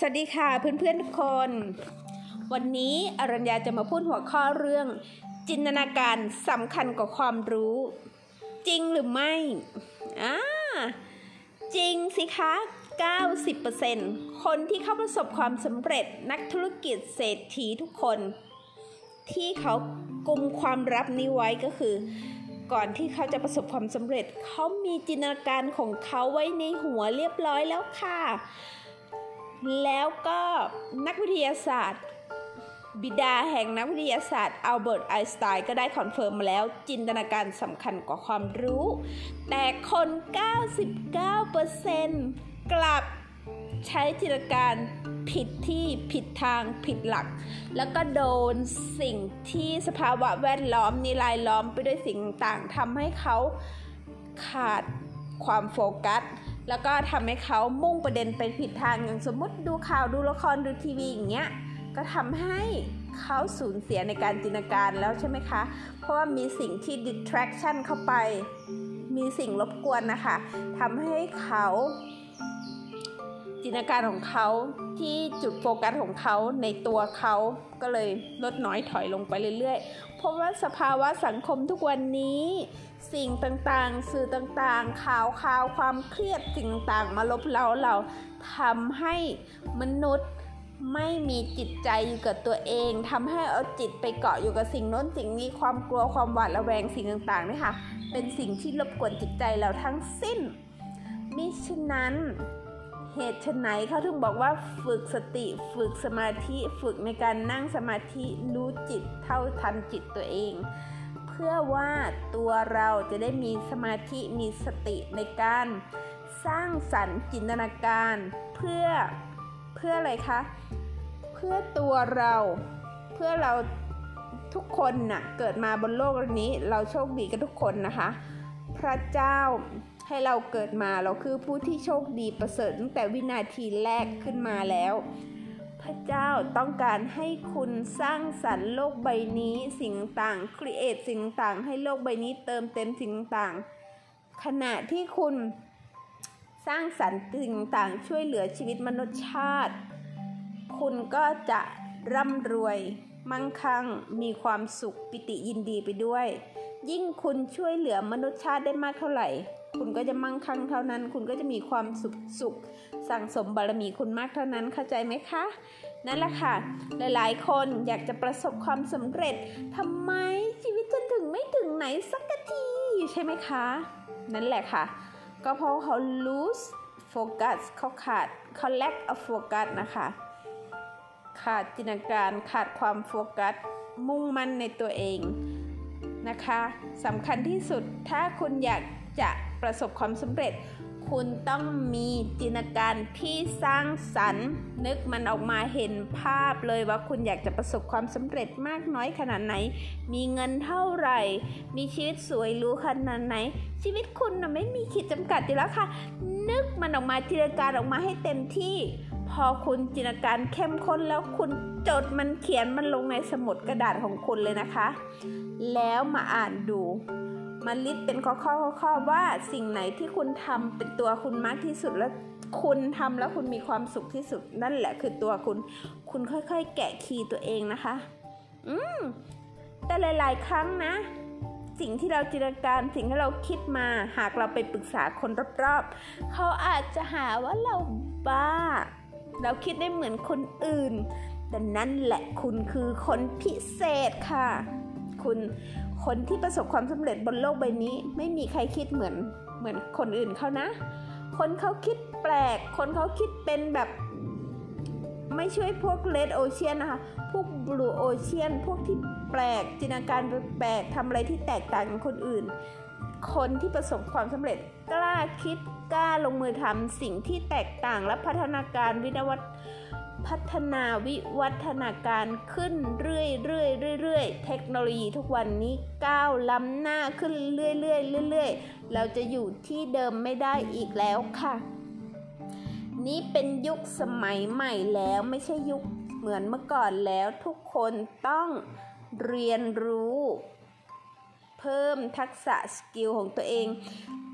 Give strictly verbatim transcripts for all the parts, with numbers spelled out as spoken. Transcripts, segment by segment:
สวัสดีค่ะเพื่อนๆทุกคนวันนี้อรัญญาจะมาพูดหัวข้อเรื่องจินตนาการสำคัญกว่าความรู้จริงหรือไม่อ่าจริงสิคะ เก้าสิบเปอร์เซ็นต์ คนที่เขาประสบความสำเร็จนักธุรกิจเศรษฐีทุกคนที่เขากุมความลับนี้ไว้ก็คือก่อนที่เขาจะประสบความสำเร็จเขามีจินตนาการของเขาไว้ในหัวเรียบร้อยแล้วค่ะแล้วก็นักวิทยาศาสตร์บิดาแห่งนักวิทยาศาสตร์อัลเบิร์ตไอน์สไตน์ก็ได้คอนเฟิร์มมาแล้วจินตนาการสำคัญกว่าความรู้แต่คน เก้าสิบเก้าเปอร์เซ็นต์ กลับใช้จินตนาการผิดที่ผิดทางผิดหลักแล้วก็โดนสิ่งที่สภาวะแวดล้อมนี่รายล้อมไปด้วยสิ่งต่างๆทำให้เขาขาดความโฟกัสแล้วก็ทำให้เขามุ่งประเด็นไปผิดทางอย่างสมมติดูข่าวดูละครดูทีวีอย่างเงี้ยก็ทำให้เขาสูญเสียในการจินตนาการแล้วใช่ไหมคะเพราะว่ามีสิ่งที่ distraction เข้าไปมีสิ่งรบกวนนะคะทำให้เขาจินตนาการของเขาที่จุดโฟกัสของเขาในตัวเขาก็เลยลดน้อยถอยลงไปเรื่อยๆเพราะว่าสภาวะสังคมทุกวันนี้สิ่งต่างๆสื่อต่างๆข่าวข่าวความเครียดสิ่งต่างๆมาลบเล้าเราทำให้มนุษย์ไม่มีจิตใจอยู่กับตัวเองทำให้เอาจิตไปเกาะอยู่กับสิ่งโน้นสิ่งนี้ความกลัวความหวาดระแวงสิ่งต่างๆนี่ค่ะเป็นสิ่งที่รบกวนจิตใจเราทั้งสิ้นมิฉะนั้นเหตุไฉนเขาถึงบอกว่าฝึกสติฝึกสมาธิฝึกในการนั่งสมาธิรู้จิตเท่าทันจิตตัวเองเพื่อว่าตัวเราจะได้มีสมาธิมีสติในการสร้างสรรค์จินตนาการเพื่อเพื่ออะไรคะเพื่อตัวเราเพื่อเราทุกคนน่ะเกิดมาบนโลกนี้เราโชคดีกันทุกคนนะคะพระเจ้าให้เราเกิดมาเราคือผู้ที่โชคดีประเสริฐตั้งแต่วินาทีแรกขึ้นมาแล้วพระเจ้าต้องการให้คุณสร้างสรรค์โลกใบนี้สิ่งต่างครีเอทสิ่งต่างให้โลกใบนี้เติมเต็มสิ่งต่างขณะที่คุณสร้างสรรค์สิ่งต่างช่วยเหลือชีวิตมนุษยชาติคุณก็จะร่ำรวยมั่งคั่งมีความสุขปิติยินดีไปด้วยยิ่งคุณช่วยเหลือมนุษยชาติได้มากเท่าไหร่คุณก็จะมั่งคั่งเท่านั้นคุณก็จะมีความสุขสุขสั่งสมบารมีคุณมากเท่านั้นเข้าใจไหมคะนั่นแหละค่ะหลายๆคนอยากจะประสบความสำเร็จทำไมชีวิตฉันถึงไม่ถึงไหนสักทีใช่ไหมคะนั่นแหละค่ะก็เพราะเขา lose focus เขาขาดเขา lack of focus นะคะขาดจินตนาการขาดความโฟกัสมุ่งมั่นในตัวเองนะคะสำคัญที่สุดถ้าคุณอยากจะประสบความสำเร็จคุณต้องมีจินตนาการที่สร้างสรรค์นึกมันออกมาเห็นภาพเลยว่าคุณอยากจะประสบความสำเร็จมากน้อยขนาดไหนมีเงินเท่าไหร่มีชีวิตสวยหรูขนาดไหนชีวิตคุณน่ะไม่มีขีดจำกัดอยู่แล้วค่ะนึกมันออกมาจินตนาการออกมาให้เต็มที่พอคุณจินตนาการเข้มข้นแล้วคุณจดมันเขียนมันลงในสมุดกระดาษของคุณเลยนะคะแล้วมาอ่านดูมาลิสต์เป็นข้อๆๆว่าสิ่งไหนที่คุณทำเป็นตัวคุณมากที่สุดแล้วคุณทำแล้วคุณมีความสุขที่สุดนั่นแหละคือตัวคุณคุณค่อยๆแกะคีย์ตัวเองนะคะอืมแต่หลายๆครั้งนะสิ่งที่เราจินตนาการสิ่งที่เราคิดมาหากเราไปปรึกษาคนรอบๆเขาอาจจะหาว่าเราบ้าเราคิดได้เหมือนคนอื่นแต่นั่นแหละคุณคือคนพิเศษค่ะคุณคนที่ประสบความสำเร็จบนโลกใบนี้ไม่มีใครคิดเหมือนเหมือนคนอื่นเขานะคนเขาคิดแปลกคนเขาคิดเป็นแบบไม่ช่วยพวก Red Ocean นะคะพวก Blue Ocean พวกที่แปลกจินตนาการแปลกทำอะไรที่แตกต่างจากคนอื่นคนที่ประสบความสำเร็จกล้าคิดกล้าลงมือทำสิ่งที่แตกต่างและพัฒนาการวิวัฒพัฒนาวิวัฒนาการขึ้นเรื่อยๆเรื่อยๆเทคโนโลยีทุกวันนี้ก้าวล้ำหน้าขึ้นเรื่อยๆเรื่อยๆเราจะอยู่ที่เดิมไม่ได้อีกแล้วค่ะนี่เป็นยุคสมัยใหม่แล้วไม่ใช่ยุคเหมือนเมื่อก่อนแล้วทุกคนต้องเรียนรู้เพิ่มทักษะสกิลของตัวเอง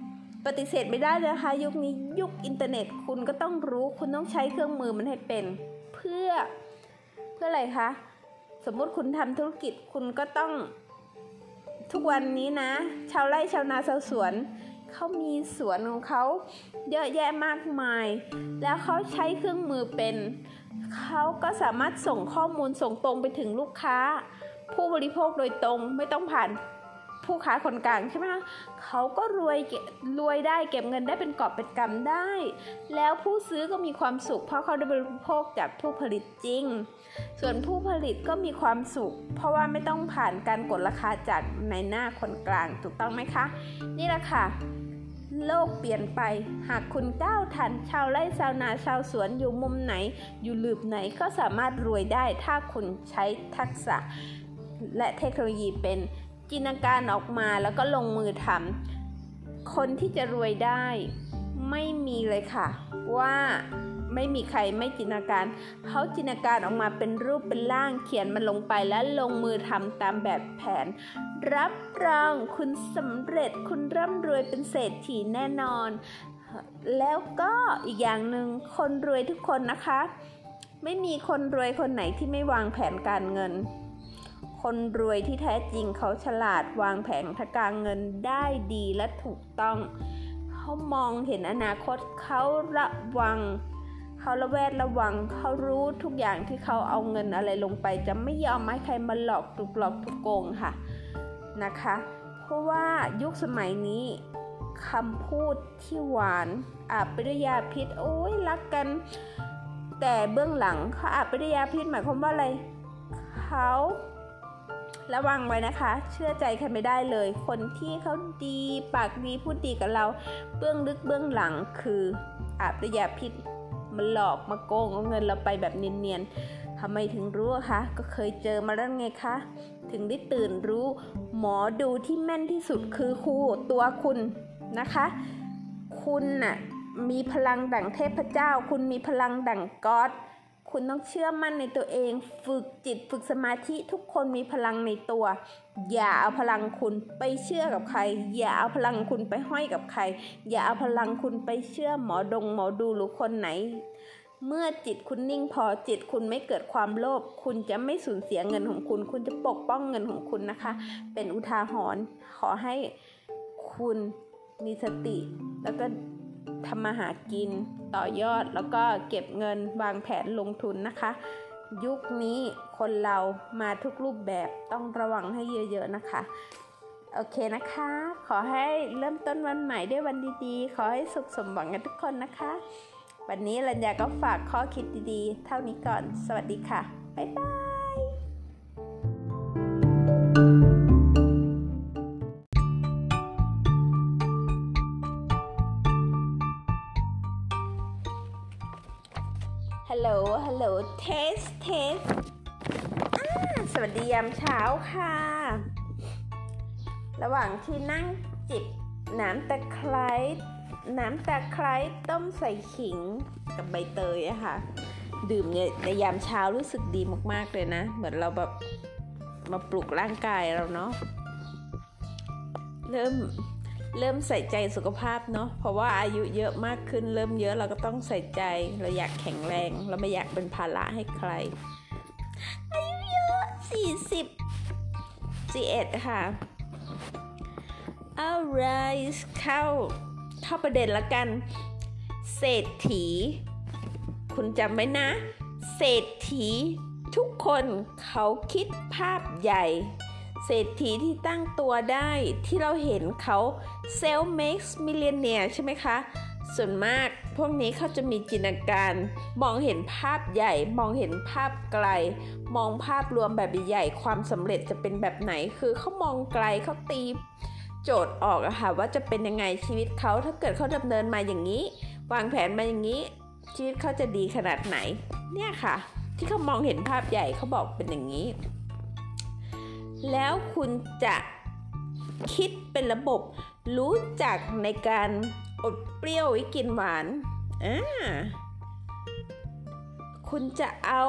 ปฏิเสธไม่ได้เลยนะคะยุคนี้ยุคอินเทอร์เน็ตคุณก็ต้องรู้คุณต้องใช้เครื่องมือมันให้เป็นเพื่อเพื่ออะไรคะสมมุติคุณทำธุรกิจคุณก็ต้องทุกวันนี้นะชาวไร่ชาวนาชาวสวนเขามีสวนของเขาเยอะแยะมากมายแล้วเขาใช้เครื่องมือเป็นเขาก็สามารถส่งข้อมูลส่งตรงไปถึงลูกค้าผู้บริโภคโดยตรงไม่ต้องผ่านผู้ค้าคนกลางใช่ไหมคะเขาก็รวยรวยได้เก็บเงินได้เป็นกอบเป็นกำได้แล้วผู้ซื้อก็มีความสุขเพราะเขาได้บริโภคจากผู้ผลิตจริงส่วนผู้ผลิตก็มีความสุขเพราะว่าไม่ต้องผ่านการกดราคาจากในหน้าคนกลางถูกต้องไหมคะนี่แหละค่ะโลกเปลี่ยนไปหากคุณก้าวทันชาวไร่ชาวนาชาวสวนอยู่มุมไหนอยู่หลืบไหนก็สามารถรวยได้ถ้าคุณใช้ทักษะและเทคโนโลยีเป็นจินตนาการออกมาแล้วก็ลงมือทำคนที่จะรวยได้ไม่มีเลยค่ะว่าไม่มีใครไม่จินตนาการเขาจินตนาการออกมาเป็นรูปเป็นร่างเขียนมันลงไปแล้วลงมือทำตามแบบแผนรับรองคุณสำเร็จคุณร่ำรวยเป็นเศรษฐีแน่นอนแล้วก็อีกอย่างหนึ่งคนรวยทุกคนนะคะไม่มีคนรวยคนไหนที่ไม่วางแผนการเงินคนรวยที่แท้จริงเขาฉลาดวางแผนทางการเงินได้ดีและถูกต้องเขามองเห็นอนาคตเขาระวังเขาระแวดระวังเขารู้ทุกอย่างที่เขาเอาเงินอะไรลงไปจะไม่ยอมให้ใครมาหลอกถูกหลอกถูกโกงค่ะนะคะเพราะว่ายุคสมัยนี้คำพูดที่หวานอาบไปด้วยยาพิษโอ้ยรักกันแต่เบื้องหลังเขาอาบไปด้วยยาพิษหมายความว่าอะไรเขาระวังไว้นะคะเชื่อใจใครไม่ได้เลยคนที่เขาดีปากดีพูดดีกับเราเบื้องลึกเบื้องหลังคืออาบด้วยยาพิษมาหลอกมาโกงเอาเงินเราไปแบบเนียนๆทำไมถึงรู้อะคะก็เคยเจอมาแล้วไงคะถึงได้ตื่นรู้หมอดูที่แม่นที่สุดคือครูตัวคุณนะคะคุณน่ะมีพลังดั่งเทพเจ้าคุณมีพลังดั่งก๊อดคุณต้องเชื่อมั่นในตัวเองฝึกจิตฝึกสมาธิทุกคนมีพลังในตัวอย่าเอาพลังคุณไปเชื่อกับใครอย่าเอาพลังคุณไปห้อยกับใครอย่าเอาพลังคุณไปเชื่อหมอดงหมอดูหรือคนไหนเมื่อจิตคุณนิ่งพอจิตคุณไม่เกิดความโลภคุณจะไม่สูญเสียเงินของคุณคุณจะปกป้องเงินของคุณนะคะเป็นอุทาหรณ์ขอให้คุณมีสติแล้วก็ทำมาหากินต่อยอดแล้วก็เก็บเงินวางแผนลงทุนนะคะยุคนี้คนเรามาทุกรูปแบบต้องระวังให้เยอะๆนะคะโอเคนะคะขอให้เริ่มต้นวันใหม่ด้วยวันดีๆขอให้สุขสมหวังกันทุกคนนะคะวันนี้รัญญาก็ฝากข้อคิดดีๆเท่านี้ก่อนสวัสดีค่ะบ๊ายบายฮัลโหล ฮัลโหล เทส เทสสวัสดียามเช้าค่ะระหว่างที่นั่งจิบน้ำตะไคร้น้ำตะไคร้ต้มใส่ขิงกับใบเตยอะค่ะดื่มในยามเช้ารู้สึกดีมากๆเลยนะเหมือนเราแบบมาปลุกร่างกายเราเนาะเริ่มเริ่มใส่ใจสุขภาพเนาะเพราะว่าอายุเยอะมากขึ้นเริ่มเยอะเราก็ต้องใส่ใจเราอยากแข็งแรงเราไม่อยากเป็นภาระให้ใครอายุเยอะสี่สิบสี่เอ็ดค่ะอะไรเข้าเข้าประเด็นละกันเศรษฐีคุณจำไว้นะเศรษฐีทุกคนเขาคิดภาพใหญ่เศรษฐีที่ตั้งตัวได้ที่เราเห็นเขา self makes millionaire ใช่ไหมคะส่วนมากพวกนี้เขาจะมีจินตนาการมองเห็นภาพใหญ่มองเห็นภาพไกลมองภาพรวมแบบใหญ่ความสำเร็จจะเป็นแบบไหนคือเขามองไกลเขาตีโจทย์ออกอะค่ะว่าจะเป็นยังไงชีวิตเขาถ้าเกิดเขาดำเนินมาอย่างนี้วางแผนมาอย่างนี้ชีวิตเขาจะดีขนาดไหนเนี่ยค่ะที่เขามองเห็นภาพใหญ่เขาบอกเป็นอย่างนี้แล้วคุณจะคิดเป็นระบบรู้จักในการอดเปรี้ยวไว้กินหวานอ่าคุณจะเอา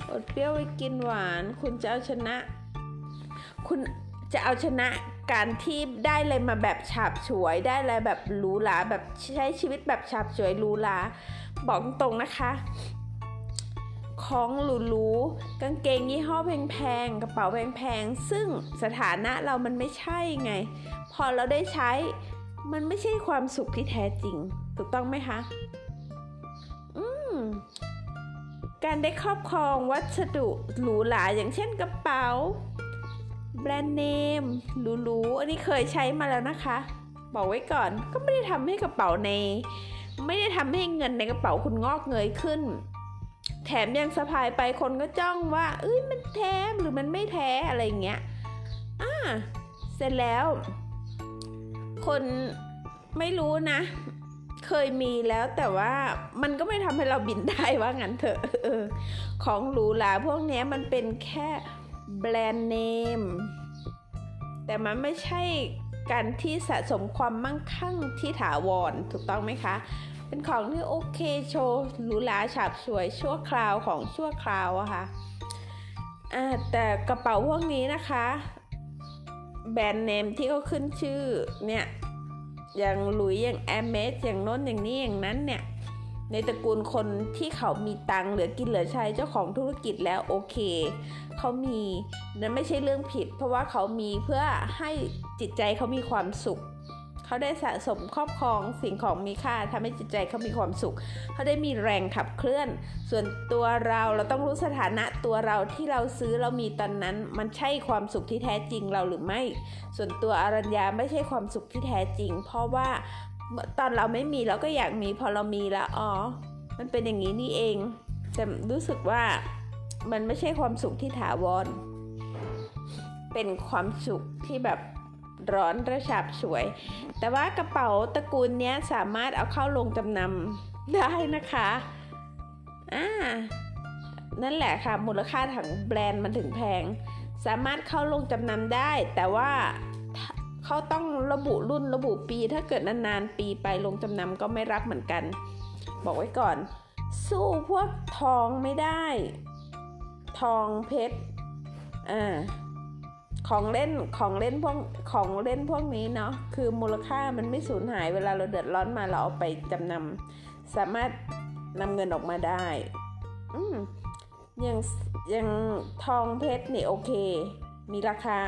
อดเปรี้ยวไว้กินหวานคุณจะเอาชนะคุณจะเอาชนะการที่ได้อะไรมาแบบฉาบฉวยได้อะไรแบบหรูหราแบบใช้ชีวิตแบบฉาบฉวยหรูหราบอกตรงนะคะของหรูๆกางเกงยี่ห้อแพงๆกระเป๋าแพงๆซึ่งสถานะเรามันไม่ใช่ไงพอเราได้ใช้มันไม่ใช่ความสุขที่แท้จริงถูกต้องไหมคะอืมการได้ครอบครองวัสดุหรูหราอย่างเช่นกระเป๋าแบรนด์เนมหรูๆอันนี้เคยใช้มาแล้วนะคะบอกไว้ก่อนก็ไม่ได้ทำให้กระเป๋าในไม่ได้ทำให้เงินในกระเป๋าคุณงอกเงยขึ้นแถมยังสะพายไปคนก็จ้องว่าเอ้ยมันแท้หรือมันไม่แท้อะไรเงี้ยอ่าเสร็จแล้วคนไม่รู้นะเคยมีแล้วแต่ว่ามันก็ไม่ทำให้เราบินได้ว่างั้นเถอะเออของหรูหราพวกนี้มันเป็นแค่แบรนด์เนมแต่มันไม่ใช่การที่สะสมความมั่งคั่งที่ถาวรถูกต้องไหมคะเป็นของที่โอเคโชว์หรูหราฉาบฉวยชั่วคราวของชั่วคราวอะค่ะอ่าแต่กระเป๋าพวกนี้นะคะแบรนด์เนมที่เขาขึ้นชื่อเนี่ยอย่างหลุยอย่างแอร์เมสอย่างโน้นอย่างนี้อย่างนั้นเนี่ยในตระกูลคนที่เขามีตังค์เหลือกินเหลือใช้เจ้าของธุรกิจแล้วโอเคเขามีนั่นไม่ใช่เรื่องผิดเพราะว่าเขามีเพื่อให้จิตใจเขามีความสุขเขาได้สะสมครอบครองสิ่งของมีค่าทำให้จิตใจเขามีความสุขเขาได้มีแรงขับเคลื่อนส่วนตัวเราเราต้องรู้สถานะตัวเราที่เราซื้อเรามีตอนนั้นมันใช่ความสุขที่แท้จริงเราหรือไม่ส่วนตัวอรัญญาไม่ใช่ความสุขที่แท้จริงเพราะว่าตอนเราไม่มีเราก็อยากมีพอเรามีแล้วอ๋อมันเป็นอย่างนี้นี่เองแต่รู้สึกว่ามันไม่ใช่ความสุขที่ถาวรเป็นความสุขที่แบบร้อนระฉาบฉวยแต่ว่ากระเป๋าตระกูลนี้สามารถเอาเข้าลงจำนำได้นะคะอ่านั่นแหละค่ะมูลค่าของแบรนด์มันถึงแพงสามารถเข้าลงจำนำได้แต่ว่าเขาต้องระบุรุ่นระบุปีถ้าเกิดนานๆปีไปลงจำนำก็ไม่รับเหมือนกันบอกไว้ก่อนสู้พวกทองไม่ได้ทองเพชรอ่าของเล่นของเล่นพวกของเล่นพวกนี้เนาะคือมูลค่ามันไม่สูญหายเวลาเราเดือดร้อนมาเราเอาไปจำนำสามารถนำเงินออกมาได้อืมอย่างอย่างทองเพชรนี่โอเคมีราคา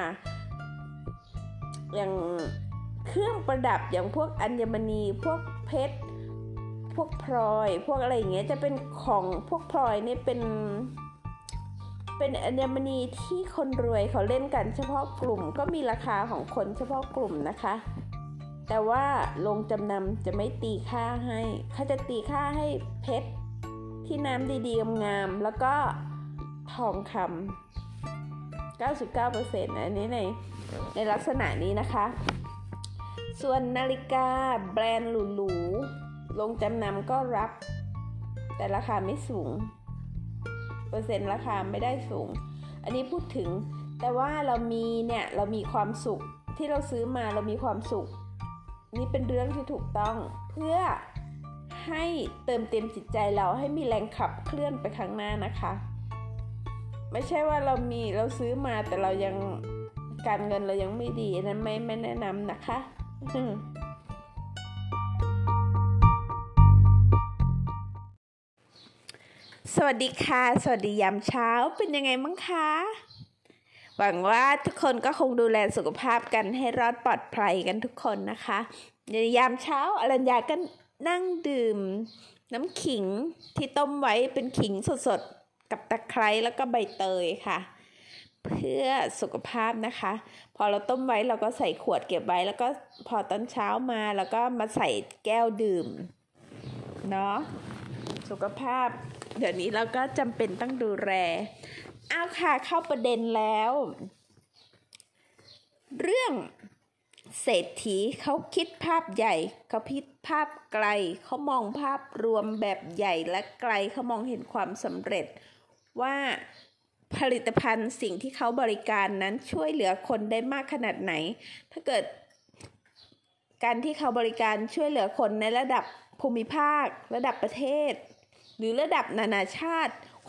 อย่างเครื่องประดับอย่างพวกอัญมณีพวกเพชรพวกพลอยพวกอะไรอย่างเงี้ยจะเป็นของพวกพลอยนี่เป็นเป็นอัญมณีที่คนรวยเขาเล่นกันเฉพาะกลุ่มก็มีราคาของคนเฉพาะกลุ่มนะคะแต่ว่าลงจำนำจะไม่ตีค่าให้เขาจะตีค่าให้เพชรที่น้ำดีๆงามๆแล้วก็ทองคำ เก้าสิบเก้าเปอร์เซ็นต์ อันนี้ในในลักษณะนี้นะคะส่วนนาฬิกาแบรนด์หรูๆลงจำนำก็รับแต่ราคาไม่สูงเปอร์เซ็นต์ราคาไม่ได้สูงอันนี้พูดถึงแต่ว่าเรามีเนี่ยเรามีความสุขที่เราซื้อมาเรามีความสุขนี่เป็นเรื่องที่ถูกต้องเพื่อให้เติมเต็มจิตใจเราให้มีแรงขับเคลื่อนไปข้างหน้านะคะไม่ใช่ว่าเรามีเราซื้อมาแต่เรายังการเงินเรายังไม่ดีนั้นไม่ไม่แนะนำนะคะสวัสดีค่ะสวัสดียามเช้าเป็นยังไงบ้างคะหวังว่าทุกคนก็คงดูแลสุขภาพกันให้รอดปลอดภัยกันทุกคนนะคะในยามเช้าอรัญญาก็นั่งดื่มน้ำขิงที่ต้มไว้เป็นขิงสดๆกับตะไคร้แล้วก็ใบเตยค่ะเพื่อสุขภาพนะคะพอเราต้มไว้เราก็ใส่ขวดเก็บไว้แล้วก็พอตอนเช้ามาแล้วก็มาใส่แก้วดื่มเนาะสุขภาพเดี๋ยวนี้เราก็จำเป็นต้องดูแลเอาค่ะเข้าประเด็นแล้วเรื่องเศรษฐีเขาคิดภาพใหญ่เขาคิดภาพไกลเขามองภาพรวมแบบใหญ่และไกลเขามองเห็นความสำเร็จว่าผลิตภัณฑ์สิ่งที่เขาบริการนั้นช่วยเหลือคนได้มากขนาดไหนถ้าเกิดการที่เขาบริการช่วยเหลือคนในระดับภูมิภาคระดับประเทศหรือระดับนานาชาติ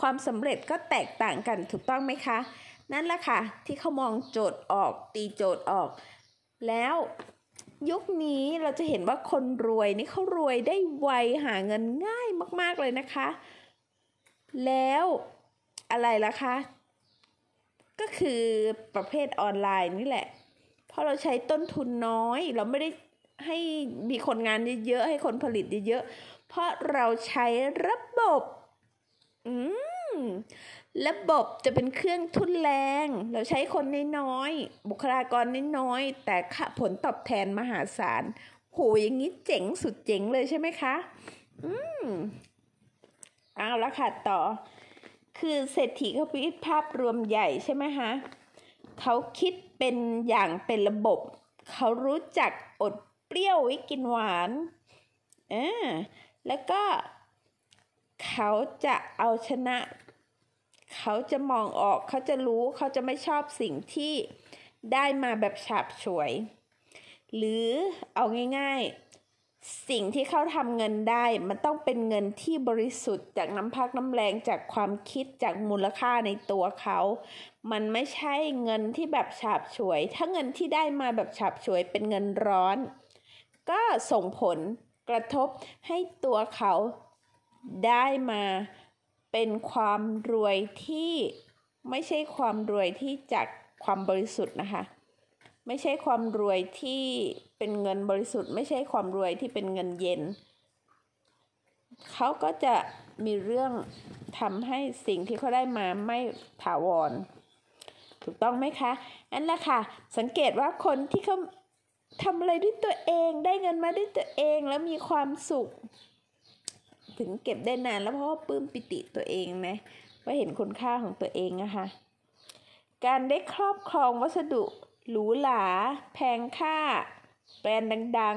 ความสำเร็จก็แตกต่างกันถูกต้องไหมคะนั่นแหละค่ะที่เขามองโจทย์ออกตีโจทย์ออกแล้วยุคนี้เราจะเห็นว่าคนรวยนี่เขารวยได้ไวหาเงินง่ายมากๆเลยนะคะแล้วอะไรล่ะคะก็คือประเภทออนไลน์นี่แหละเพราะเราใช้ต้นทุนน้อยเราไม่ได้ให้มีคนงานเยอะๆให้คนผลิตเยอะๆเพราะเราใช้ระบบอืมระบบจะเป็นเครื่องทุนแรงเราใช้คนน้อยๆบุคลากรน้อยๆแต่ผลตอบแทนมหาศาลโหอย่างนี้เจ๋งสุดเจ๋งเลยใช่ไหมคะอืมเอาละค่ะต่อคือเศรษฐีเขาคิดภาพรวมใหญ่ใช่ไหมคะเขาคิดเป็นอย่างเป็นระบบเขารู้จักอดเปรี้ยวไว้กินหวานอ่าแล้วก็เขาจะเอาชนะเขาจะมองออกเขาจะรู้เขาจะไม่ชอบสิ่งที่ได้มาแบบฉาบฉวยหรือเอาง่ายๆสิ่งที่เขาทำเงินได้มันต้องเป็นเงินที่บริสุทธิ์จากน้ำพักน้ำแรงจากความคิดจากมูลค่าในตัวเขามันไม่ใช่เงินที่แบบฉาบฉวยถ้าเงินที่ได้มาแบบฉาบฉวยเป็นเงินร้อนก็ส่งผลกระทบให้ตัวเขาได้มาเป็นความรวยที่ไม่ใช่ความรวยที่จากความบริสุทธิ์นะคะไม่ใช่ความรวยที่เป็นเงินบริสุทธิ์ไม่ใช่ความรวยที่เป็นเงินเย็นเขาก็จะมีเรื่องทำให้สิ่งที่เขาได้มาไม่ถาวรถูกต้องไหมคะนั่นแหละค่ะสังเกตว่าคนที่เขาทำอะไรด้วยตัวเองได้เงินมาด้วยตัวเองแล้วมีความสุขถึงเก็บได้นานแล้วเพราะว่าปลื้มปิติตัวเองนะว่าเห็นคุณค่าของตัวเองนะคะการได้ครอบครองวัสดุหรูหราแพงค่าแบรนด์ดัง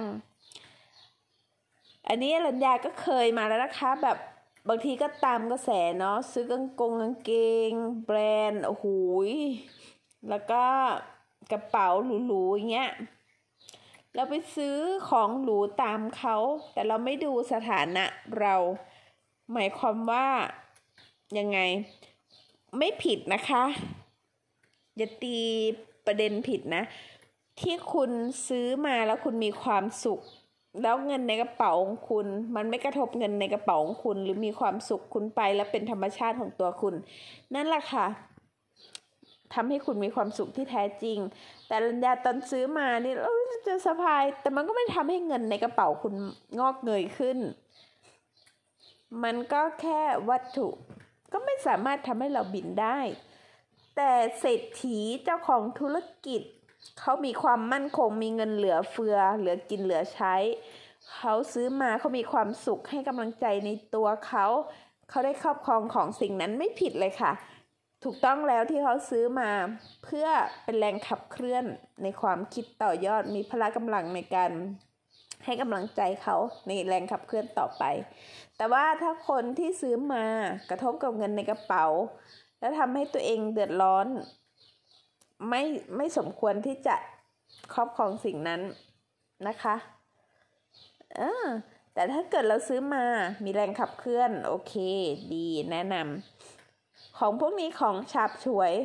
ๆอันนี้อรัญญาก็เคยมาแล้วนะคะแบบบางทีก็ตามกระแสเนาะซื้อกางกงกางเกงแบรนด์โอ้โหแล้วก็กระเป๋าหรูๆอย่างเงี้ยเราไปซื้อของหรูตามเขาแต่เราไม่ดูสถานะเราหมายความว่ายังไงไม่ผิดนะคะอย่าตีประเด็นผิดนะที่คุณซื้อมาแล้วคุณมีความสุขแล้วเงินในกระเป๋าของคุณมันไม่กระทบเงินในกระเป๋าของคุณหรือมีความสุขคุณไปแล้วเป็นธรรมชาติของตัวคุณนั่นแหละค่ะทำให้คุณมีความสุขที่แท้จริงแต่รัญญาตอนซื้อมานี่เราจะสะพายแต่มันก็ไม่ทำให้เงินในกระเป๋าคุณงอกเงยขึ้นมันก็แค่วัตถุก็ไม่สามารถทำให้เราบินได้แต่เศรษฐีเจ้าของธุรกิจเขามีความมั่นคงมีเงินเหลือเฟือเหลือกินเหลือใช้เขาซื้อมาเขามีความสุขให้กำลังใจในตัวเขาเขาได้ครอบครองของสิ่งนั้นไม่ผิดเลยค่ะถูกต้องแล้วที่เขาซื้อมาเพื่อเป็นแรงขับเคลื่อนในความคิดต่อยอดมีพละกำลังในการให้กำลังใจเขาในแรงขับเคลื่อนต่อไปแต่ว่าถ้าคนที่ซื้อมากระทบกับเงินในกระเป๋าแล้วทำให้ตัวเองเดือดร้อนไม่ไม่สมควรที่จะครอบครองสิ่งนั้นนะคะเออแต่ถ้าเกิดเราซื้อมามีแรงขับเคลื่อนโอเคดีแนะนำของพวกนี้ของฉาบฉวย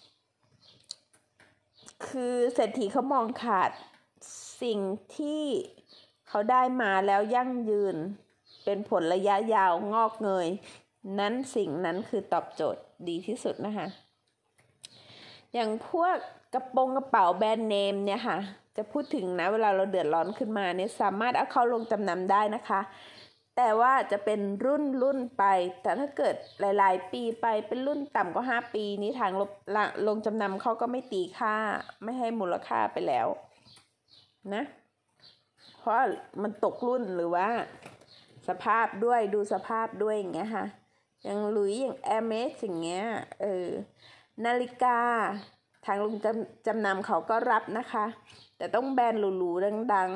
คือเศรษฐีเขามองขาดสิ่งที่เขาได้มาแล้วยั่งยืนเป็นผลระยะยาวงอกเงยนั้นสิ่งนั้นคือตอบโจทย์ดีที่สุดนะคะอย่างพวกกระโปรงกระเป๋าแบรนด์เนมเนี่ยค่ะจะพูดถึงนะเวลาเราเดือดร้อนขึ้นมาเนี่ยสามารถเอาเข้าลงจำนำได้นะคะแต่ว่าจะเป็นรุ่นรุ่นไปแต่ถ้าเกิดหลายๆปีไปเป็นรุ่นต่ำกว่าห้าปีนี้ทางลงจำนำเขาก็ไม่ตีค่าไม่ให้มูลค่าไปแล้วนะเพราะมันตกรุ่นหรือว่าสภาพด้วยดูสภาพด้วยอย่างเงี้ยค่ะอย่างหลุยอย่างแอร์เมสอย่างเงี้ยเออนาฬิกาทางลงจำจำนำเขาก็รับนะคะแต่ต้องแบรนด์หรูๆดัง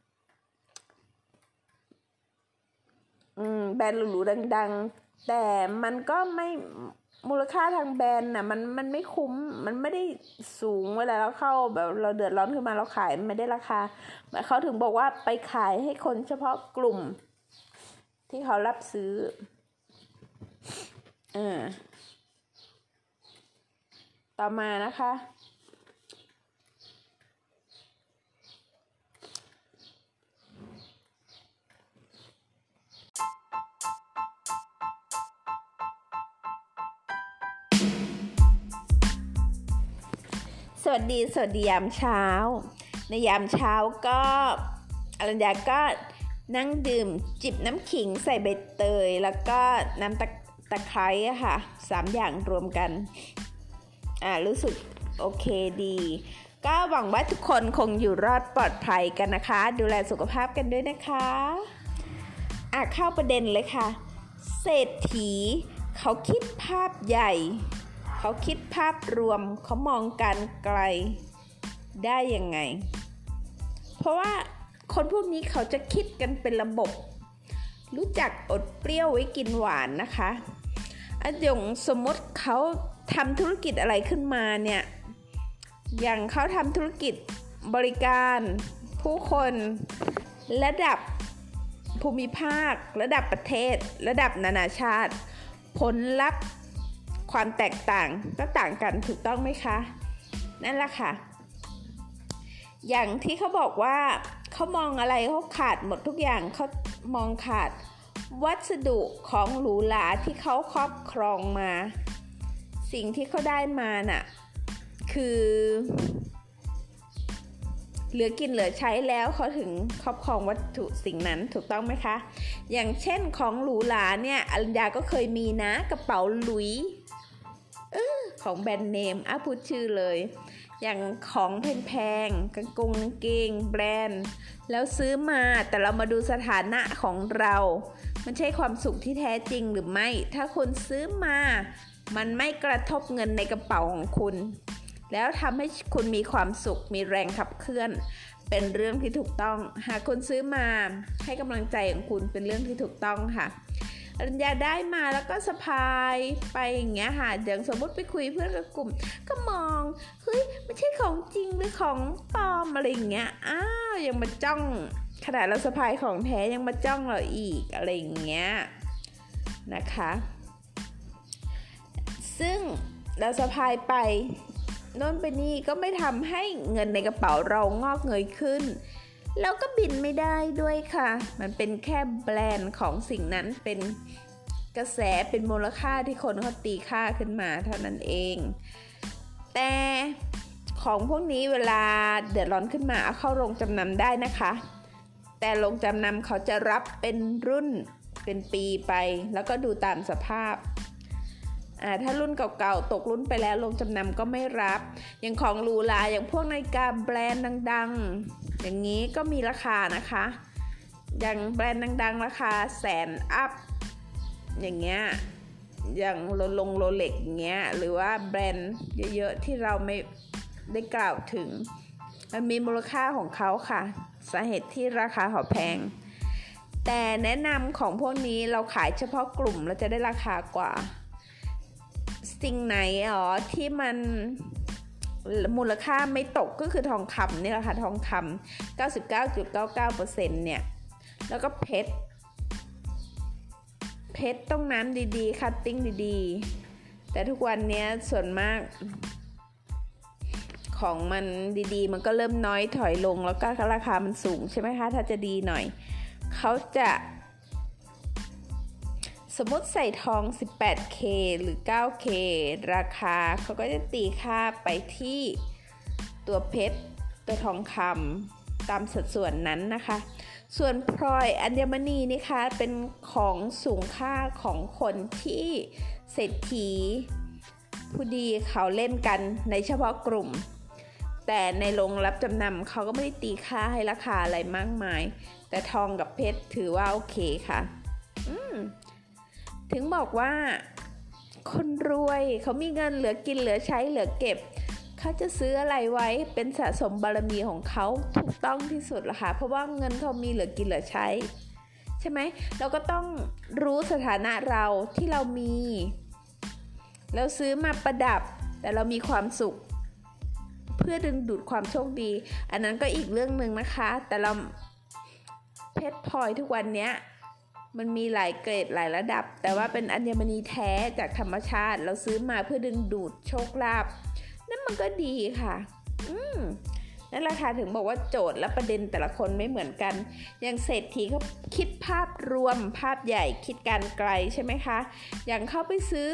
ๆอืมแบรนด์หรูๆดังๆแต่มันก็ไม่มูลค่าทางแบรนด์น่ะมันมันไม่คุ้มมันไม่ได้สูงเวลาเราเข้าแบบเราเดือดร้อนขึ้นมาเราขายไม่ได้ราคาเขาถึงบอกว่าไปขายให้คนเฉพาะกลุ่มที่เขารับซื้ออ่าต่อมานะคะสวัสดีสวัสดียามเช้าในยามเช้าก็อรัญญาก็นั่งดื่มจิบน้ำขิงใส่ใบเตยแล้วก็น้ำตะตะไคร้อะค่ะสามอย่างรวมกันอ่ารู้สึกโอเคดีก็หวังว่าทุกคนคงอยู่รอดปลอดภัยกันนะคะดูแลสุขภาพกันด้วยนะคะอ่ะเข้าประเด็นเลยค่ะเศรษฐีเขาคิดภาพใหญ่เขาคิดภาพรวมเขามองการไกลได้ยังไงเพราะว่าคนพวกนี้เขาจะคิดกันเป็นระบบรู้จักอดเปรี้ยวไว้กินหวานนะคะอ่ะอย่างสมมติเขาทำธุรกิจอะไรขึ้นมาเนี่ยอย่างเขาทำธุรกิจบริการผู้คนระดับภูมิภาคระดับประเทศระดับนานาชาติผลลัพธ์ความแตกต่างก็ต่างกันถูกต้องไหมคะนั่นแหละค่ะอย่างที่เขาบอกว่าเขามองอะไรเขาขาดหมดทุกอย่างเขามองขาดวัสดุของหรูหราที่เขาครอบครองมาสิ่งที่เขาได้มาน่ะคือเหลือกินเหลือใช้แล้วเขาถึงครอบครองวัตถุสิ่งนั้นถูกต้องไหมคะอย่างเช่นของหรูหราเนี่ยอรัญญาก็เคยมีนะกระเป๋าหลุยเออของแบรนด์เนมอ่ะพูดชื่อเลยอย่างของแพงๆกางกงเกงแบรนด์แล้วซื้อมาแต่เรามาดูสถานะของเรามันใช่ความสุขที่แท้จริงหรือไม่ถ้าคุณซื้อมามันไม่กระทบเงินในกระเป๋าของคุณแล้วทำให้คุณมีความสุขมีแรงขับเคลื่อนเป็นเรื่องที่ถูกต้องหากคุณซื้อมาให้กำลังใจของคุณเป็นเรื่องที่ถูกต้องค่ะอรัญญาได้มาแล้วก็สะพายไปอย่างเงี้ยค่ะอย่างสมมติไปคุยเพื่อนกับกลุ่มก็มองเฮ้ยไม่ใช่ของจริงหรือของปลอมอะไรอย่างเงี้ยอ้าวยังมาจ้องขนาดเราสะพายของแท้ยังมาจ้องเราอีกอะไรอย่างเงี้ยนะคะซึ่งเราสะพายไปโน่นไปนี่ก็ไม่ทำให้เงินในกระเป๋าเรางอกเงยขึ้นแล้วก็บินไม่ได้ด้วยค่ะมันเป็นแค่แบรนด์ของสิ่งนั้นเป็นกระแสเป็นมูลค่าที่คนเขาตีค่าขึ้นมาเท่านั้นเองแต่ของพวกนี้เวลาเดือดร้อนขึ้นมาเอาเข้าโรงจำนำได้นะคะแต่โรงจำนำเขาจะรับเป็นรุ่นเป็นปีไปแล้วก็ดูตามสภาพอ่าถ้ารุ่นเก่าๆตกรุ่นไปแล้วโรงจำนำก็ไม่รับอย่างของหรูหราอย่างพวกนาฬิกาแบรนด์ดังๆอย่างนี้ก็มีราคานะคะอย่างแบรนด์ดังๆราคาแสนอัพอย่างเงี้ยอย่างโรลงโรเล็กอย่างเงี้ยหรือว่าแบรนด์เยอะๆที่เราไม่ได้กล่าวถึงมันมีมูลค่าของเขาค่ะสาเหตุที่ราคาเขาแพงแต่แนะนำของพวกนี้เราขายเฉพาะกลุ่มเราจะได้ราคากว่าสิ่งไหนอ๋อที่มันมูลค่าไม่ตกก็คือทองคำนี่แหละค่ะทองคำ เก้าสิบเก้าจุดเก้าเก้าเปอร์เซ็นต์ เนี่ยแล้วก็เพชรเพชรต้องน้ำดีๆคัตติ้งดีๆแต่ทุกวันนี้ส่วนมากของมันดีๆมันก็เริ่มน้อยถอยลงแล้วก็ราคามันสูงใช่ไหมคะถ้าจะดีหน่อยเขาจะสมมติใส่ทอง สิบแปดเค หรือ เก้าเค ราคาเขาก็จะตีค่าไปที่ตัวเพชรตัวทองคำตามสัดส่วนนั้นนะคะส่วนพลอยอัญมณีนี่คะเป็นของสูงค่าของคนที่เศรษฐีผู้ดีเขาเล่นกันในเฉพาะกลุ่มแต่ในโรงรับจำนำเขาก็ไม่ได้ตีค่าให้ราคาอะไรมากมายแต่ทองกับเพชรถือว่าโอเคค่ะอืมถึงบอกว่าคนรวยเขามีเงินเหลือกินเหลือใช้เหลือเก็บเขาจะซื้ออะไรไว้เป็นสะสมบารมีของเขาถูกต้องที่สุดละค่ะเพราะว่าเงินเขามีเหลือกินเหลือใช้ใช่ไหมเราก็ต้องรู้สถานะเราที่เรามีเราซื้อมาประดับแต่เรามีความสุขเพื่อดึงดูดความโชคดีอันนั้นก็อีกเรื่องนึงนะคะแต่เราเพชรพลอยทุกวันนี้มันมีหลายเกรดหลายระดับแต่ว่าเป็นอัญมณีแท้จากธรรมชาติเราซื้อมาเพื่อดึงดูดโชคลาภนั่นมันก็ดีค่ะอืมนั่นแหละค่ะถึงบอกว่าโจทย์และประเด็นแต่ละคนไม่เหมือนกันอย่างเศรษฐีเขาคิดภาพรวมภาพใหญ่คิดการไกลใช่ไหมคะอย่างเขาไปซื้อ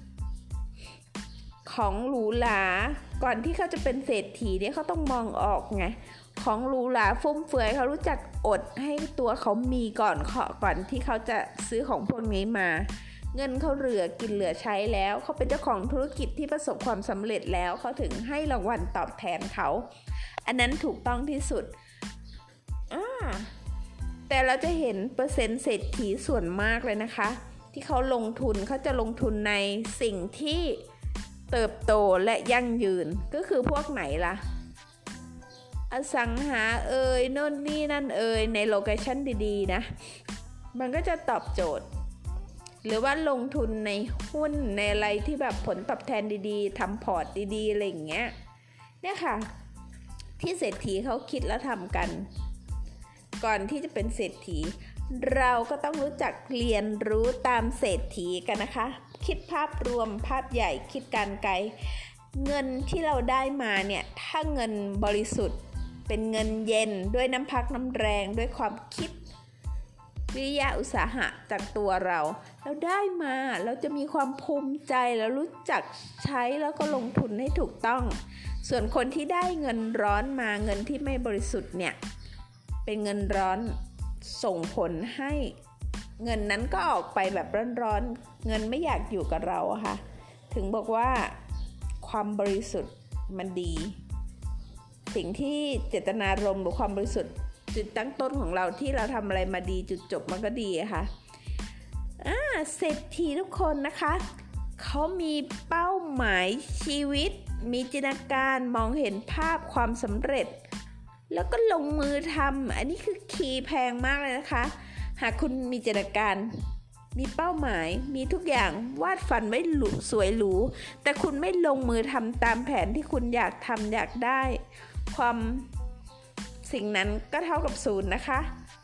ของหรูหราก่อนที่เขาจะเป็นเศรษฐีเนี่ยเขาต้องมองออกไงของหรูหราฟุ่มเฟือยเขารู้จักอดให้ตัวเขามีก่อนก่อนที่เขาจะซื้อของพวกนี้มาเงินเขาเหลือกินเหลือใช้แล้วเขาเป็นเจ้าของธุรกิจที่ประสบความสำเร็จแล้วเขาถึงให้รางวัลตอบแทนเขาอันนั้นถูกต้องที่สุดอ่าแต่เราจะเห็นเปอร์เซ็นต์เศรษฐีส่วนมากเลยนะคะที่เขาลงทุนเขาจะลงทุนในสิ่งที่เติบโตและยั่งยืนก็คือพวกไหนล่ะอสังหาเอ่ยโน่นนี่นั่นเอ่ยในโลเคชั่นดีๆนะมันก็จะตอบโจทย์หรือว่าลงทุนในหุ้นในอะไรที่แบบผลตอบแทนดีๆทำพอร์ตดีๆอะไรอย่างเงี้ยเนี่ยค่ะที่เศรษฐีเขาคิดแล้วทำกันก่อนที่จะเป็นเศรษฐีเราก็ต้องรู้จักเรียนรู้ตามเศรษฐีกันนะคะคิดภาพรวมภาพใหญ่คิดการไกลเงินที่เราได้มาเนี่ยถ้าเงินบริสุทธิ์เป็นเงินเย็นด้วยน้ำพักน้ำแรงด้วยความคิดวิริยะอุตสาหะจากตัวเราเราได้มาเราจะมีความภูมิใจแล้วรู้จักใช้แล้วก็ลงทุนให้ถูกต้องส่วนคนที่ได้เงินร้อนมาเงินที่ไม่บริสุทธิ์เนี่ยเป็นเงินร้อนส่งผลให้เงินนั้นก็ออกไปแบบร้อนๆเงินไม่อยากอยู่กับเราอะค่ะถึงบอกว่าความบริสุทธิ์มันดีสิ่งที่เจตนารมณ์หรือความบริสุทธิ์จุดตั้งต้นของเราที่เราทำอะไรมาดีจุดจบมันก็ดีอะค่ะอ่าเศรษฐีทุกคนนะคะเขามีเป้าหมายชีวิตมีจินตนาการมองเห็นภาพความสำเร็จแล้วก็ลงมือทำอันนี้คือคีย์แพงมากเลยนะคะหากคุณมีจินตนาการมีเป้าหมายมีทุกอย่างวาดฝันไว้หรูสวยหรูแต่คุณไม่ลงมือทำตามแผนที่คุณอยากทำอยากได้ความสิ่งนั้นก็เท่ากับศูนย์นะคะ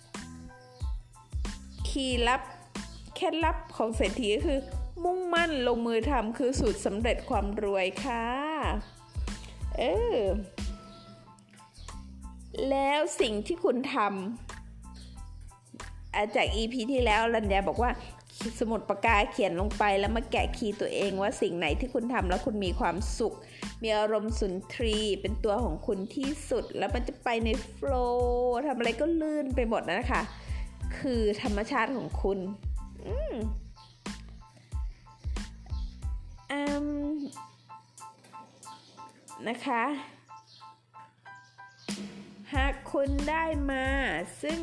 คีย์ลับเคล็ดลับของเศรษฐีก็คือมุ่งมั่นลงมือทำคือสูตรสำเร็จความรวยค่ะเออแล้วสิ่งที่คุณทำจาก อี พี ที่แล้วรัญญาบอกว่าสมุดปากกาเขียนลงไปแล้วมาแกะคีย์ตัวเองว่าสิ่งไหนที่คุณทำแล้วคุณมีความสุขมีอารมณ์สุนทรีย์เป็นตัวของคุณที่สุดแล้วมันจะไปในโฟลว์ทำอะไรก็ลื่นไปหมดนะคะคือธรรมชาติของคุณอืมอืมนะคะหากคุณได้มาซึ่ง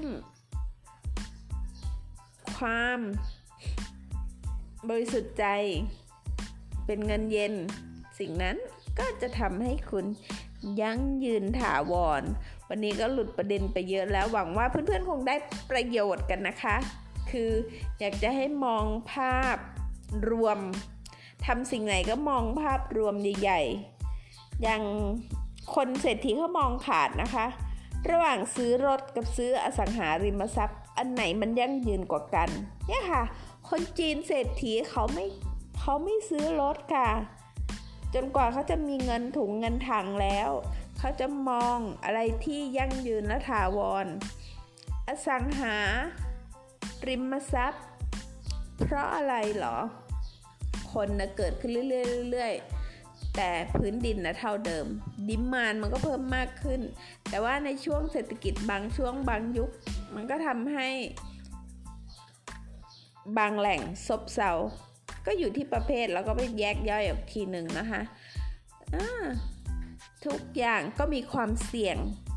ความบริสุทธิ์ใจเป็นเงินเย็นสิ่งนั้นก็จะทำให้คุณยั่งยืนถาวรวันนี้ก็หลุดประเด็นไปเยอะแล้วหวังว่าเพื่อนๆคงได้ประโยชน์กันนะคะคืออยากจะให้มองภาพรวมทำสิ่งไหนก็มองภาพรวมใหญ่ๆอย่างคนเศรษฐีเขามองขาดนะคะระหว่างซื้อรถกับซื้ออสังหาริมทรัพย์อันไหนมันยั่งยืนกว่ากันเนี่ยค่ะคนจีนเศรษฐีเขาไม่เขาไม่ซื้อรถค่ะจนกว่าเขาจะมีเงินถุงเงินถังแล้วเขาจะมองอะไรที่ยั่งยืนและถาวรอสังหาริมทรัพย์เพราะอะไรหรอคนนะเกิดขึ้นเรื่อยๆแต่พื้นดินนะเท่าเดิมดิมานด์มันก็เพิ่มมากขึ้นแต่ว่าในช่วงเศรษฐกิจบางช่วงบางยุคมันก็ทำให้บางแหล่งซบเซาก็อยู่ที่ประเภทแล้วก็ไปแยกย่อยออกทีหนึ่งนะคะทุกอย่างก็มีความเสี่ยง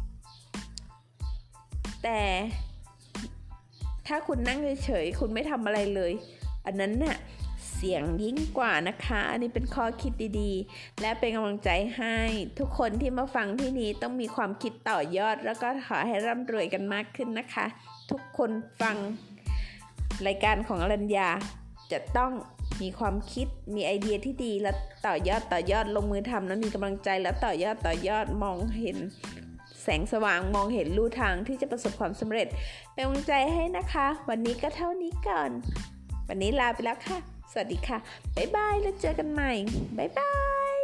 แต่ถ้าคุณนั่งเฉยๆคุณไม่ทำอะไรเลยอันนั้นน่ะเสี่ยงยิ่งกว่านะคะอันนี้เป็นข้อคิดดีๆและเป็นกำลังใจให้ทุกคนที่มาฟังที่นี้ต้องมีความคิดต่อยอดแล้วก็ขอให้ร่ำรวยกันมากขึ้นนะคะทุกคนฟังรายการของอรัญญาจะต้องมีความคิดมีไอเดียที่ดีและต่อยอดต่อยอดลงมือทำแล้วมีกำลังใจแล้วต่อยอดต่อยอดมองเห็นแสงสว่างมองเห็นลู่ทางที่จะประสบความสำเร็จเป็นกำลังใจให้นะคะวันนี้ก็เท่านี้ก่อนวันนี้ลาไปแล้วค่ะสวัสดีค่ะบ๊ายบายแล้วเจอกันใหม่บ๊ายบาย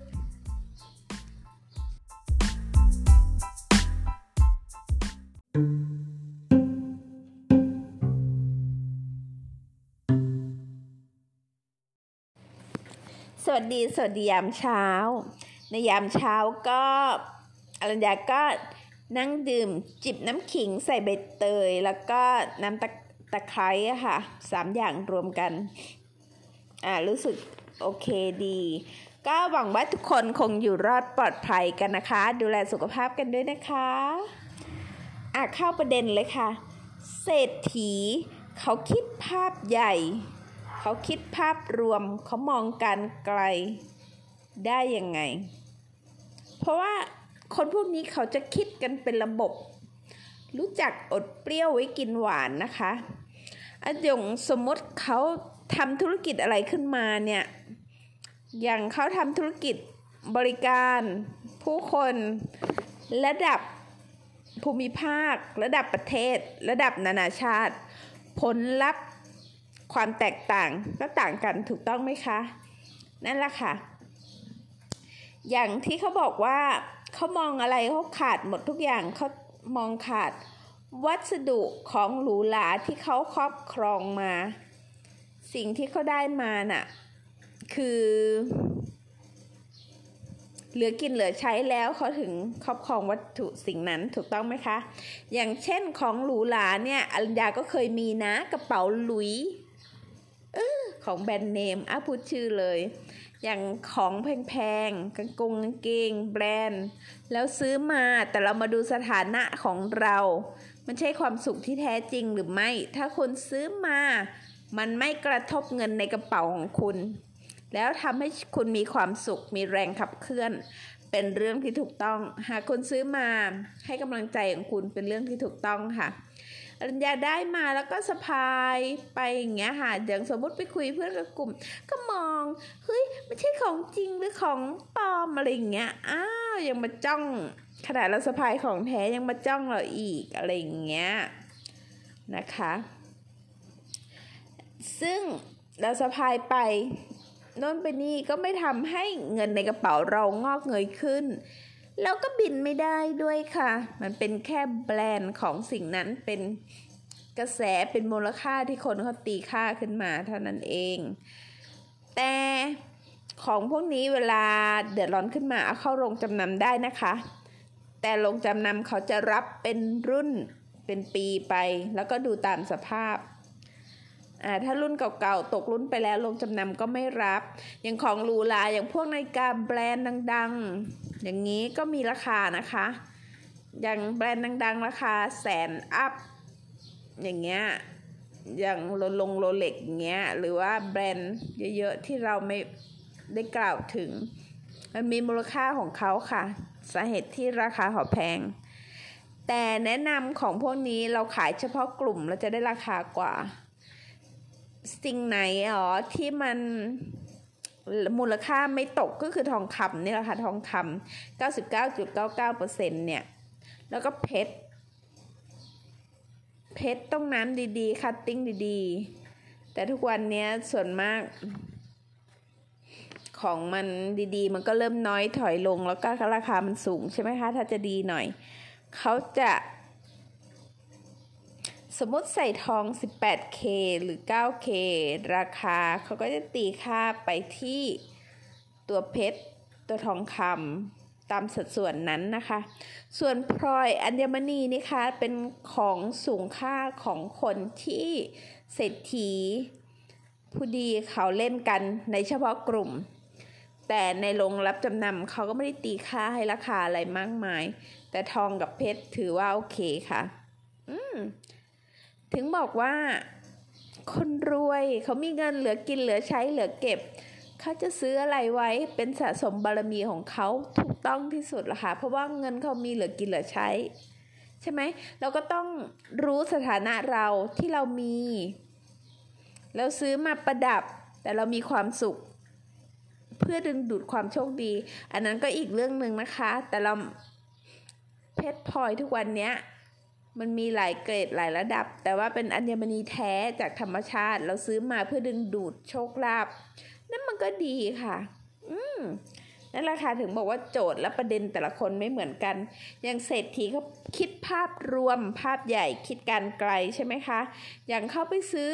สวัสดีสวัสดียามเช้าในยามเช้าก็อรัญญาก็นั่งดื่มจิบน้ำขิงใส่ใบเตยแล้วก็น้ำตะตะไคร้อะค่ะสามอย่างรวมกันอ่ารู้สึกโอเคดีก็หวังว่าทุกคนคงอยู่รอดปลอดภัยกันนะคะดูแลสุขภาพกันด้วยนะคะอ่ะเข้าประเด็นเลยค่ะเศรษฐีเขาคิดภาพใหญ่เขาคิดภาพรวมเขามองการไกลได้ยังไงเพราะว่าคนพวกนี้เขาจะคิดกันเป็นระบบรู้จักอดเปรี้ยวไว้กินหวานนะคะอ่ะอย่างสมมติเขาทำธุรกิจอะไรขึ้นมาเนี่ยอย่างเขาทำธุรกิจบริการผู้คนระดับภูมิภาคระดับประเทศระดับนานาชาติผลลัพธ์ความแตกต่างก็ต่างกันถูกต้องไหมคะนั่นแหละค่ะอย่างที่เขาบอกว่าเขามองอะไรเขาขาดหมดทุกอย่างเขามองขาดวัสดุของหรูหราที่เขาครอบครองมาสิ่งที่เขาได้มาน่ะคือเหลือกินเหลือใช้แล้วเขาถึงครอบครองวัตถุสิ่งนั้นถูกต้องไหมคะอย่างเช่นของหรูหราเนี่ยอรัญญาก็เคยมีนะกระเป๋าหลุยเออของแบรนด์เนมอ่ะพูดชื่อเลยอย่างของแพงๆกางกงกางเกงแบรนด์แล้วซื้อมาแต่เรามาดูสถานะของเรามันใช่ความสุขที่แท้จริงหรือไม่ถ้าคุณซื้อมามันไม่กระทบเงินในกระเป๋าของคุณแล้วทำให้คุณมีความสุขมีแรงขับเคลื่อนเป็นเรื่องที่ถูกต้องหากคุณซื้อมาให้กำลังใจของคุณเป็นเรื่องที่ถูกต้องค่ะอรัญญาได้มาแล้วก็สะพายไปอย่างเงี้ยค่ะอย่างสมมติไปคุยเพื่อนกับกลุ่มก็มองเฮ้ยไม่ใช่ของจริงหรือของปลอมอะไรอย่างเงี้ยอ้าวยังมาจ้องขนาดเราสะพายของแท้ยังมาจ้องเราอีกอะไรอย่างเงี้ยนะคะซึ่งเราสะพายไปโน่นไปนี่ก็ไม่ทำให้เงินในกระเป๋าเรางอกเงยขึ้นแล้วก็บินไม่ได้ด้วยค่ะมันเป็นแค่แบรนด์ของสิ่งนั้นเป็นกระแสเป็นมูลค่าที่คนเขาตีค่าขึ้นมาเท่านั้นเองแต่ของพวกนี้เวลาเดือดร้อนขึ้นมาเอาเข้าโรงจำนำได้นะคะแต่โรงจำนำเขาจะรับเป็นรุ่นเป็นปีไปแล้วก็ดูตามสภาพอ่าถ้ารุ่นเก่าๆตกรุ่นไปแล้วโรงจำนำก็ไม่รับอย่างของหรูหราอย่างพวกนาฬิกาแบรนด์ดังๆอย่างนี้ก็มีราคานะคะอย่างแบรนด์ดังๆราคาแสนอัพอย่างเงี้ยอย่างโรลงโรเล็กอย่างเงี้ยหรือว่าแบรนด์เยอะๆที่เราไม่ได้กล่าวถึงมันมีมูลค่าของเขาค่ะสาเหตุที่ราคาเขาแพงแต่แนะนำของพวกนี้เราขายเฉพาะกลุ่มเราจะได้ราคากว่าสิ่งไหนอ๋อที่มันมูลค่าไม่ตกก็คือทองคำนี่แหละค่ะทองคำ เก้าสิบเก้าจุดเก้าเก้าเปอร์เซ็นต์ เนี่ยแล้วก็เพชรเพชรต้องน้ำดีๆคัตติ้งดีๆแต่ทุกวันนี้ส่วนมากของมันดีๆมันก็เริ่มน้อยถอยลงแล้วก็ราคามันสูงใช่ไหมคะถ้าจะดีหน่อยเขาจะสมมติใส่ทอง สิบแปดเค หรือ เก้าเค ราคาเขาก็จะตีค่าไปที่ตัวเพชรตัวทองคำตามสัดส่วนนั้นนะคะส่วนพลอยอัญมณีนี่คะเป็นของสูงค่าของคนที่เศรษฐีผู้ดีเขาเล่นกันในเฉพาะกลุ่มแต่ในโรงรับจำนำเขาก็ไม่ได้ตีค่าให้ราคาอะไรมากมายแต่ทองกับเพชรถือว่าโอเคค่ะอืมถึงบอกว่าคนรวยเขามีเงินเหลือกินเหลือใช้เหลือเก็บเขาจะซื้ออะไรไว้เป็นสะสมบารมีของเขาถูกต้องที่สุดละค่ะเพราะว่าเงินเขามีเหลือกินเหลือใช้ใช่ไหมเราก็ต้องรู้สถานะเราที่เรามีเราซื้อมาประดับแต่เรามีความสุขเพื่อดึงดูดความโชคดีอันนั้นก็อีกเรื่องนึงนะคะแต่เราเพชรพลอยทุกวันเนี้ยมันมีหลายเกรดหลายระดับแต่ว่าเป็นอัญมณีแท้จากธรรมชาติเราซื้อมาเพื่อดึงดูดโชคลาภนั่นมันก็ดีค่ะอืมนั่นแหละค่ะถึงบอกว่าโจทย์และประเด็นแต่ละคนไม่เหมือนกันอย่างเศรษฐีเขาคิดภาพรวมภาพใหญ่คิดการไกลใช่ไหมคะอย่างเขาไปซื้อ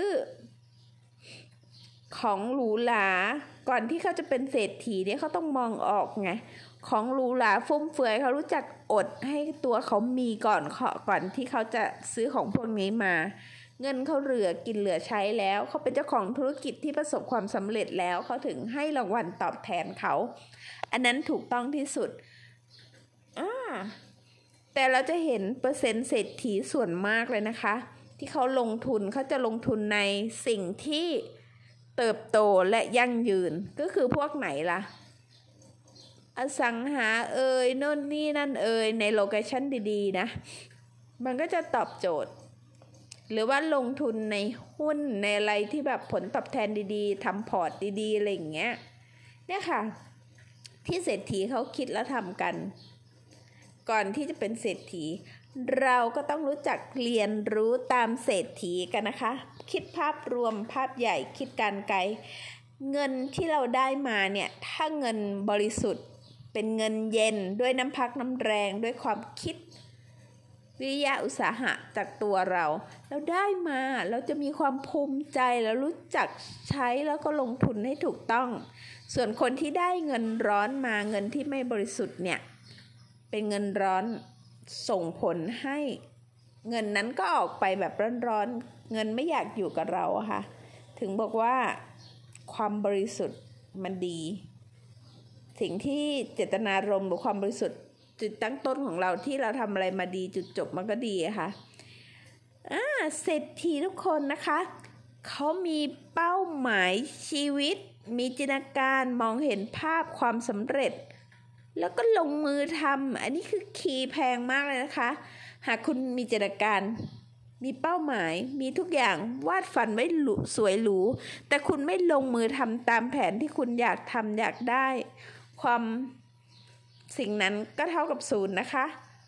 ของหรูหราก่อนที่เขาจะเป็นเศรษฐีเนี่ยเขาต้องมองออกไงของหรูหราฟุ่มเฟือยเขารู้จักอดให้ตัวเขามีก่อนก่อนที่เขาจะซื้อของพวกนี้มาเงินเขาเหลือกินเหลือใช้แล้วเขาเป็นเจ้าของธุรกิจที่ประสบความสำเร็จแล้วเขาถึงให้รางวัลตอบแทนเขาอันนั้นถูกต้องที่สุดอ่าแต่เราจะเห็นเปอร์เซ็นต์เศรษฐีส่วนมากเลยนะคะที่เขาลงทุนเขาจะลงทุนในสิ่งที่เติบโตและยั่งยืนก็คือพวกไหนล่ะอสังหาเอ่ยโน่นนี่นั่นเอ่ยในโลเคชั่นดีๆนะมันก็จะตอบโจทย์หรือว่าลงทุนในหุ้นในอะไรที่แบบผลตอบแทนดีๆทำพอร์ตดีๆอะไรอย่างเงี้ยเนี่ยค่ะที่เศรษฐีเขาคิดแล้วทำกันก่อนที่จะเป็นเศรษฐีเราก็ต้องรู้จักเรียนรู้ตามเศรษฐีกันนะคะคิดภาพรวมภาพใหญ่คิดการไกลเงินที่เราได้มาเนี่ยถ้าเงินบริสุทธิ์เป็นเงินเย็นด้วยน้ำพักน้ำแรงด้วยความคิดวิริยะอุตสาหะจากตัวเราเราได้มาเราจะมีความภูมิใจแล้วรู้จักใช้แล้วก็ลงทุนให้ถูกต้องส่วนคนที่ได้เงินร้อนมาเงินที่ไม่บริสุทธิ์เนี่ยเป็นเงินร้อนส่งผลให้เงินนั้นก็ออกไปแบบร้อนๆเงินไม่อยากอยู่กับเราค่ะถึงบอกว่าความบริสุทธิ์มันดีสิ่งที่เจตนารมณ์หรือความบริสุทธิ์จุดตั้งต้นของเราที่เราทำอะไรมาดีจุดจบมันก็ดีค่ะอ่าเศรษฐีทุกคนนะคะเขามีเป้าหมายชีวิตมีจินตนาการมองเห็นภาพความสำเร็จแล้วก็ลงมือทำอันนี้คือคีย์แพงมากเลยนะคะหากคุณมีจินตนาการมีเป้าหมายมีทุกอย่างวาดฝันไว้สวยหรูแต่คุณไม่ลงมือทำตามแผนที่คุณอยากทำอยากได้ความสิ่งนั้นก็เท่ากับศูนย์นะคะ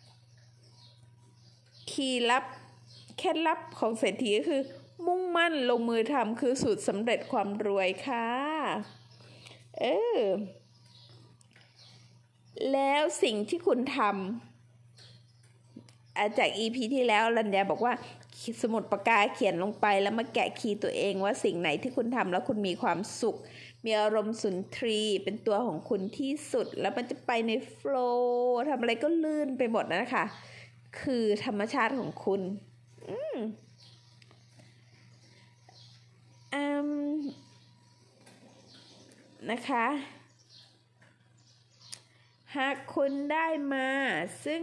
คีย์ลับเคล็ดลับของเศรษฐีก็คือมุ่งมั่นลงมือทำคือสูตรสำเร็จความรวยค่ะเออแล้วสิ่งที่คุณทำจาก อี พี ที่แล้วรัญญาบอกว่าสมุดปากกาเขียนลงไปแล้วมาแกะคีย์ตัวเองว่าสิ่งไหนที่คุณทำแล้วคุณมีความสุขมีอารมณ์สุนทรีย์เป็นตัวของคุณที่สุดแล้วมันจะไปในโฟลว์ทำอะไรก็ลื่นไปหมดนะคะคือธรรมชาติของคุณอืมอืมนะคะหากคุณได้มาซึ่ง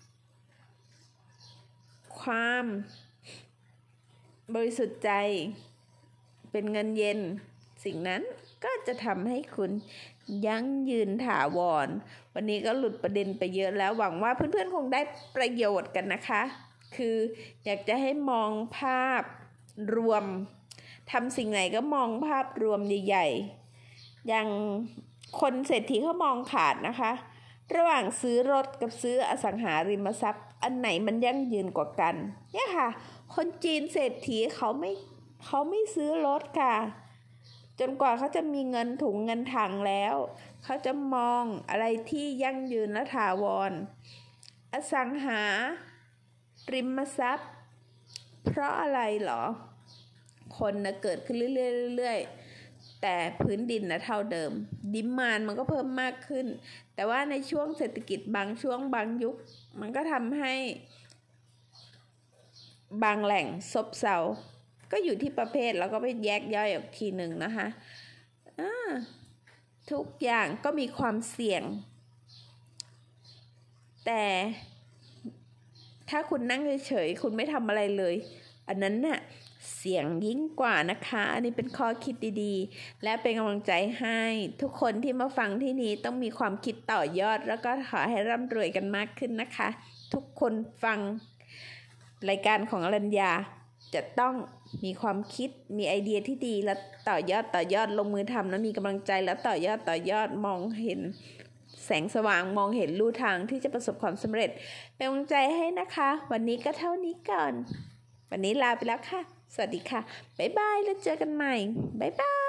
ความบริสุทธิ์ใจเป็นเงินเย็นสิ่งนั้นก็จะทำให้คุณยั่งยืนถาวรวันนี้ก็หลุดประเด็นไปเยอะแล้วหวังว่าเพื่อนๆคงได้ประโยชน์กันนะคะคืออยากจะให้มองภาพรวมทำสิ่งไหนก็มองภาพรวมใหญ่ๆอย่างคนเศรษฐีเขามองขาดนะคะระหว่างซื้อรถกับซื้ออสังหาริมทรัพย์อันไหนมันยั่งยืนกว่ากันเนี่ยค่ะคนจีนเศรษฐีเขาไม่เขาไม่ซื้อรถค่ะจนกว่าเขาจะมีเงินถุงเงินถังแล้วเขาจะมองอะไรที่ยั่งยืนและถาวรอสังหาริมทรัพย์เพราะอะไรหรอคนนะเกิดขึ้นเรื่อยๆแต่พื้นดินนะเท่าเดิมดิมานด์มันก็เพิ่มมากขึ้นแต่ว่าในช่วงเศรษฐกิจบางช่วงบางยุคมันก็ทำให้บางแหล่งซบเซาก็อยู่ที่ประเภทแล้วก็ไปแยกย่อยออกทีหนึ่งนะคะทุกอย่างก็มีความเสี่ยงแต่ถ้าคุณนั่งเฉยๆคุณไม่ทำอะไรเลยอันนั้นน่ะเสี่ยงยิ่งกว่านะคะอันนี้เป็นข้อคิดดีๆและเป็นกำลังใจให้ทุกคนที่มาฟังที่นี้ต้องมีความคิดต่อยอดแล้วก็ขอให้ร่ำรวยกันมากขึ้นนะคะทุกคนฟังรายการของอรัญญาจะต้องมีความคิดมีไอเดียที่ดีแล้วต่อยอดต่อยอดลงมือทำแล้วมีกำลังใจแล้วต่อยอดต่อยอดมองเห็นแสงสว่างมองเห็นลู่ทางที่จะประสบความสำเร็จเป็นกำลังใจให้นะคะวันนี้ก็เท่านี้ก่อนวันนี้ลาไปแล้วค่ะสวัสดีค่ะบ๊ายบายแล้วเจอกันใหม่บ๊ายบาย